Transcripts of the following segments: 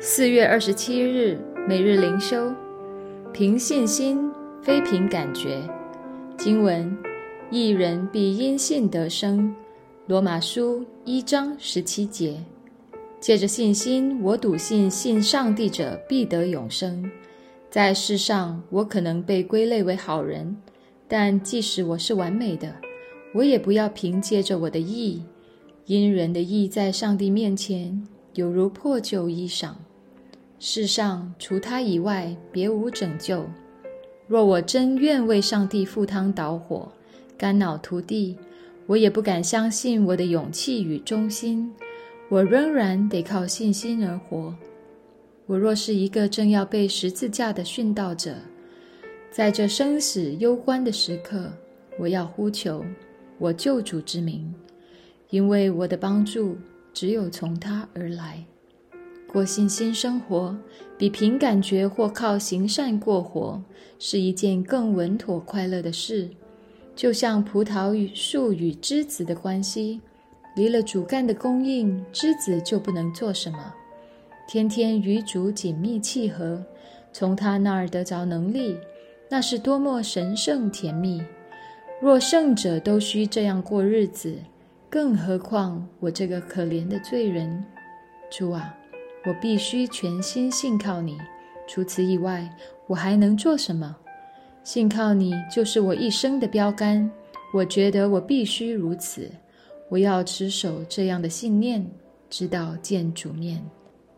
4月27日，每日灵修，凭信心，非凭感觉。经文：义人必因信得生。罗马书1章17节。借着信心，我笃信信上帝者必得永生。在世上，我可能被归类为好人，但即使我是完美的，我也不要凭借着我的义，因人的义在上帝面前有如破旧衣裳。世上除他以外，别无拯救。若我真愿为上帝赴汤蹈火，肝脑涂地，我也不敢相信我的勇气与忠心，我仍然得靠信心而活。我若是一个正要被十字架的殉道者，在这生死攸关的时刻，我要呼求我救主之名，因为我的帮助只有从他而来。过信心生活，比凭感觉或靠行善过活，是一件更稳妥快乐的事。就像葡萄树与枝子的关系，离了主干的供应，枝子就不能做什么。天天与主紧密契合，从他那儿得着能力，那是多么神圣甜蜜。若圣者都需这样过日子，更何况我这个可怜的罪人。主啊，我必须全心信靠你，除此以外，我还能做什么？信靠你就是我一生的标杆，我觉得我必须如此。我要持守这样的信念，直到见主面。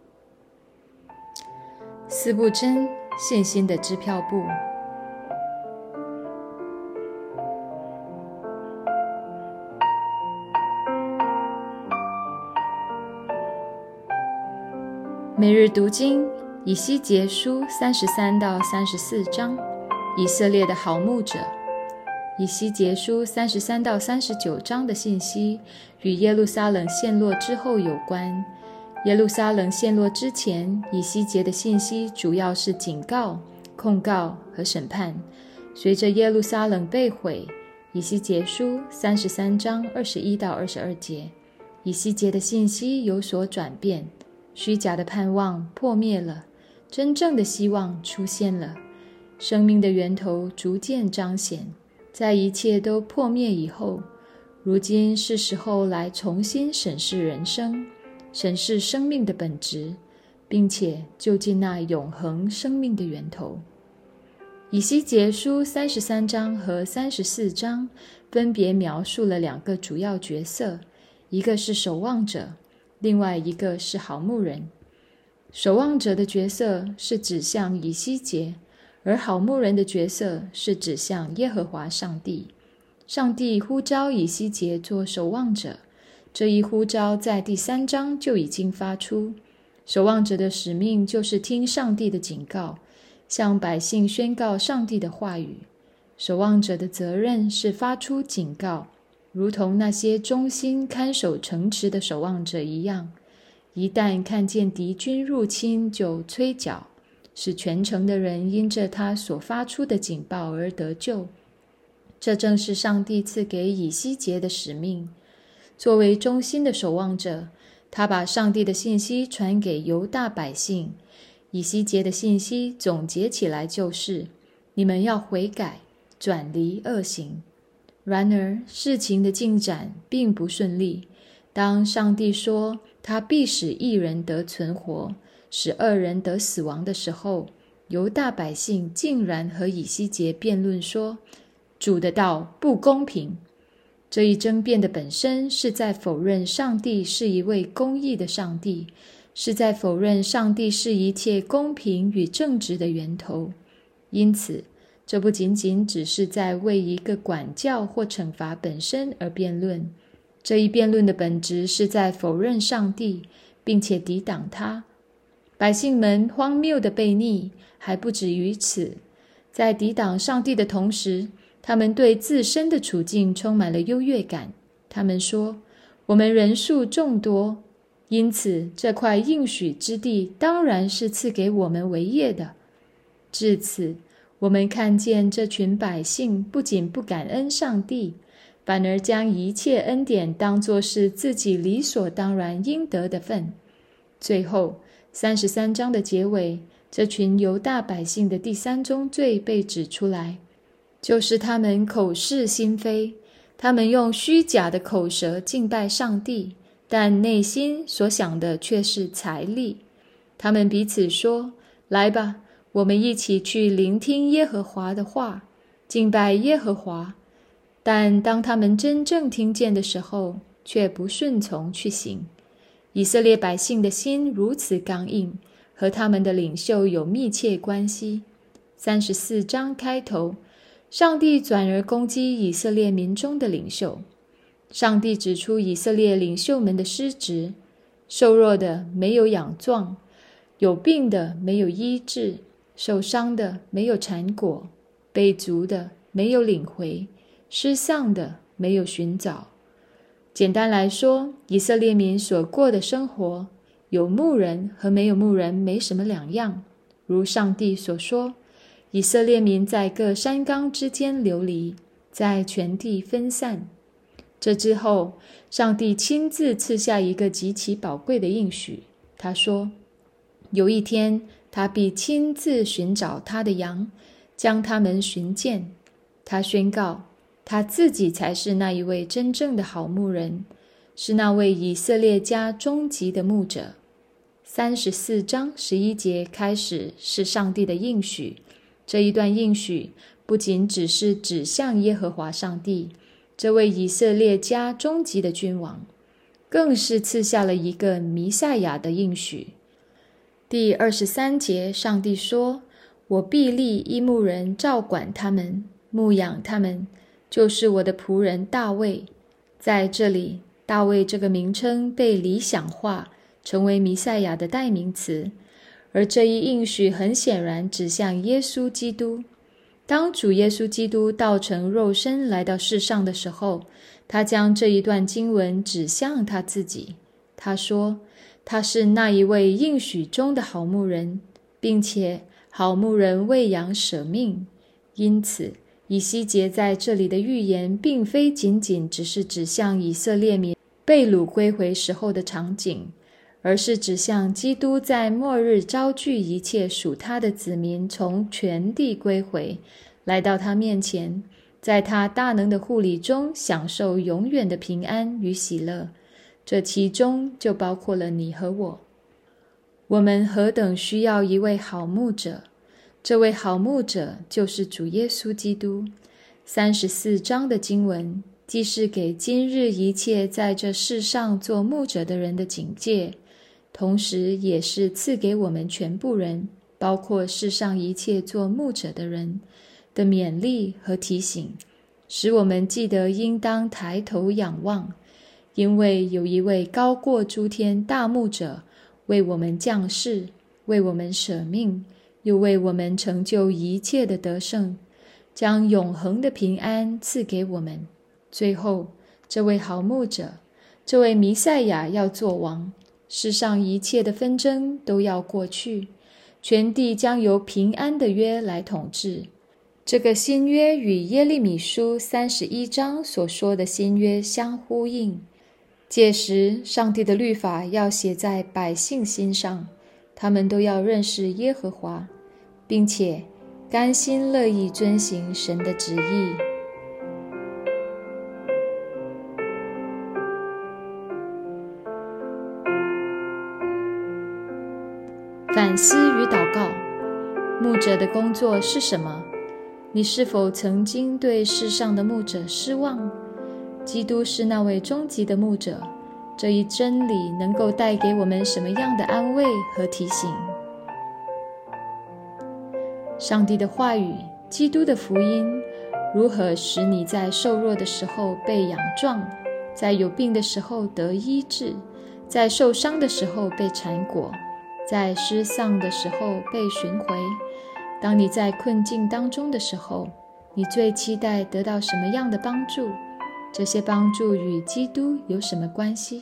四不真，信心的支票簿。每日读经，以西结书33到34章，以色列的好牧者。以西结书33到39章的信息与耶路撒冷陷落之后有关。耶路撒冷陷落之前，以西结的信息主要是警告、控告和审判。随着耶路撒冷被毁，以西结书33章21到22节，以西结的信息有所转变。虚假的盼望破灭了，真正的希望出现了，生命的源头逐渐彰显。在一切都破灭以后，如今是时候来重新审视人生，审视生命的本质，并且就近那永恒生命的源头。以西结书33章和34章分别描述了两个主要角色，一个是守望者，另外一个是好牧人。守望者的角色是指向以西结，而好牧人的角色是指向耶和华上帝。上帝呼召以西结做守望者，这一呼召在第3章就已经发出。守望者的使命就是听上帝的警告，向百姓宣告上帝的话语。守望者的责任是发出警告，如同那些忠心看守城池的守望者一样，一旦看见敌军入侵就催缴，使全城的人因着他所发出的警报而得救。这正是上帝赐给以西结的使命。作为忠心的守望者，他把上帝的信息传给犹大百姓。以西结的信息总结起来就是：你们要悔改，转离恶行。然而，事情的进展并不顺利。当上帝说他必使一人得存活，使二人得死亡的时候，犹大百姓竟然和以西结辩论说，主的道不公平。这一争辩的本身是在否认上帝是一位公义的上帝，是在否认上帝是一切公平与正直的源头。因此，这不仅仅只是在为一个管教或惩罚本身而辩论，这一辩论的本质是在否认上帝，并且抵挡他。百姓们荒谬的悖逆还不止于此，在抵挡上帝的同时，他们对自身的处境充满了优越感。他们说，我们人数众多，因此这块应许之地当然是赐给我们为业的。至此，我们看见这群百姓不仅不感恩上帝，反而将一切恩典当作是自己理所当然应得的份。最后， 33章的结尾，这群犹大百姓的第三宗罪被指出来，就是他们口是心非，他们用虚假的口舌敬拜上帝，但内心所想的却是财力。他们彼此说，来吧，我们一起去聆听耶和华的话，敬拜耶和华。但当他们真正听见的时候，却不顺从去行。以色列百姓的心如此刚硬，和他们的领袖有密切关系。34章开头，上帝转而攻击以色列民中的领袖。上帝指出以色列领袖们的失职，瘦弱的没有养壮，有病的没有医治，受伤的没有缠果，被逐的没有领回，失丧的没有寻找。简单来说，以色列民所过的生活，有牧人和没有牧人没什么两样。如上帝所说，以色列民在各山冈之间流离，在全地分散。这之后，上帝亲自赐下一个极其宝贵的应许。他说，有一天，他必亲自寻找他的羊，将他们寻见。他宣告，他自己才是那一位真正的好牧人，是那位以色列家终极的牧者。34章11节开始是上帝的应许。这一段应许不仅只是指向耶和华上帝，这位以色列家终极的君王，更是赐下了一个弥赛亚的应许。第23节，上帝说，我必立一牧人照管他们，牧养他们，就是我的仆人大卫。在这里，大卫这个名称被理想化，成为弥赛亚的代名词，而这一应许很显然指向耶稣基督。当主耶稣基督道成肉身来到世上的时候，他将这一段经文指向他自己。他说，他是那一位应许中的好牧人，并且好牧人为羊舍命。因此，以西结在这里的预言并非仅仅只是指向以色列民被掳归回时候的场景，而是指向基督在末日招聚一切属他的子民从全地归回，来到他面前，在他大能的护理中享受永远的平安与喜乐。这其中就包括了你和我。我们何等需要一位好牧者，这位好牧者就是主耶稣基督。34章的经文既是给今日一切在这世上做牧者的人的警戒，同时也是赐给我们全部人，包括世上一切做牧者的人的勉励和提醒，使我们记得应当抬头仰望，因为有一位高过诸天大牧者为我们降世，为我们舍命，又为我们成就一切的得胜，将永恒的平安赐给我们。最后，这位好牧者，这位弥赛亚要做王，世上一切的纷争都要过去，全地将由平安的约来统治。这个新约与耶利米书31章所说的新约相呼应。届时，上帝的律法要写在百姓心上，他们都要认识耶和华，并且甘心乐意遵行神的旨意。反思与祷告，牧者的工作是什么？你是否曾经对世上的牧者失望？基督是那位终极的牧者，这一真理能够带给我们什么样的安慰和提醒？上帝的话语，基督的福音，如何使你在瘦弱的时候被养壮，在有病的时候得医治，在受伤的时候被缠裹，在失丧的时候被寻回？当你在困境当中的时候，你最期待得到什么样的帮助？这些帮助与基督有什么关系？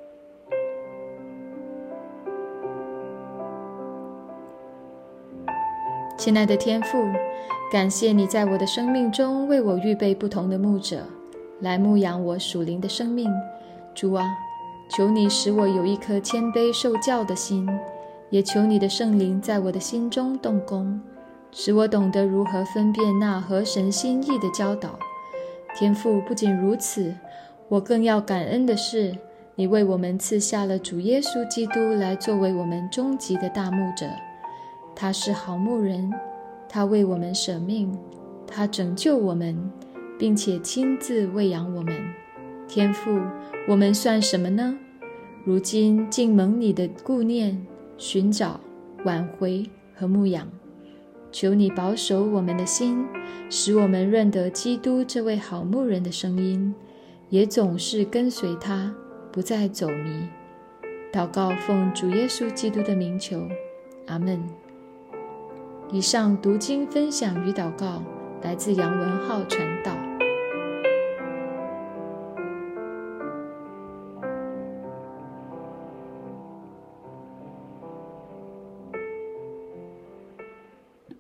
亲爱的天父，感谢你在我的生命中为我预备不同的牧者，来牧养我属灵的生命。主啊，求你使我有一颗谦卑受教的心， 也求你的圣灵在我的心中动工，使我懂得如何分辨那合神心意的教导。天父，不仅如此，我更要感恩的是，你为我们赐下了主耶稣基督来作为我们终极的大牧者。他是好牧人，他为我们舍命，他拯救我们，并且亲自喂养我们。天父，我们算什么呢？如今竟蒙你的顾念、寻找、挽回和牧养。求你保守我们的心，使我们认得基督这位好牧人的声音，也总是跟随他，不再走迷。祷告奉主耶稣基督的名求，阿们。以上读经分享与祷告来自杨文浩传道。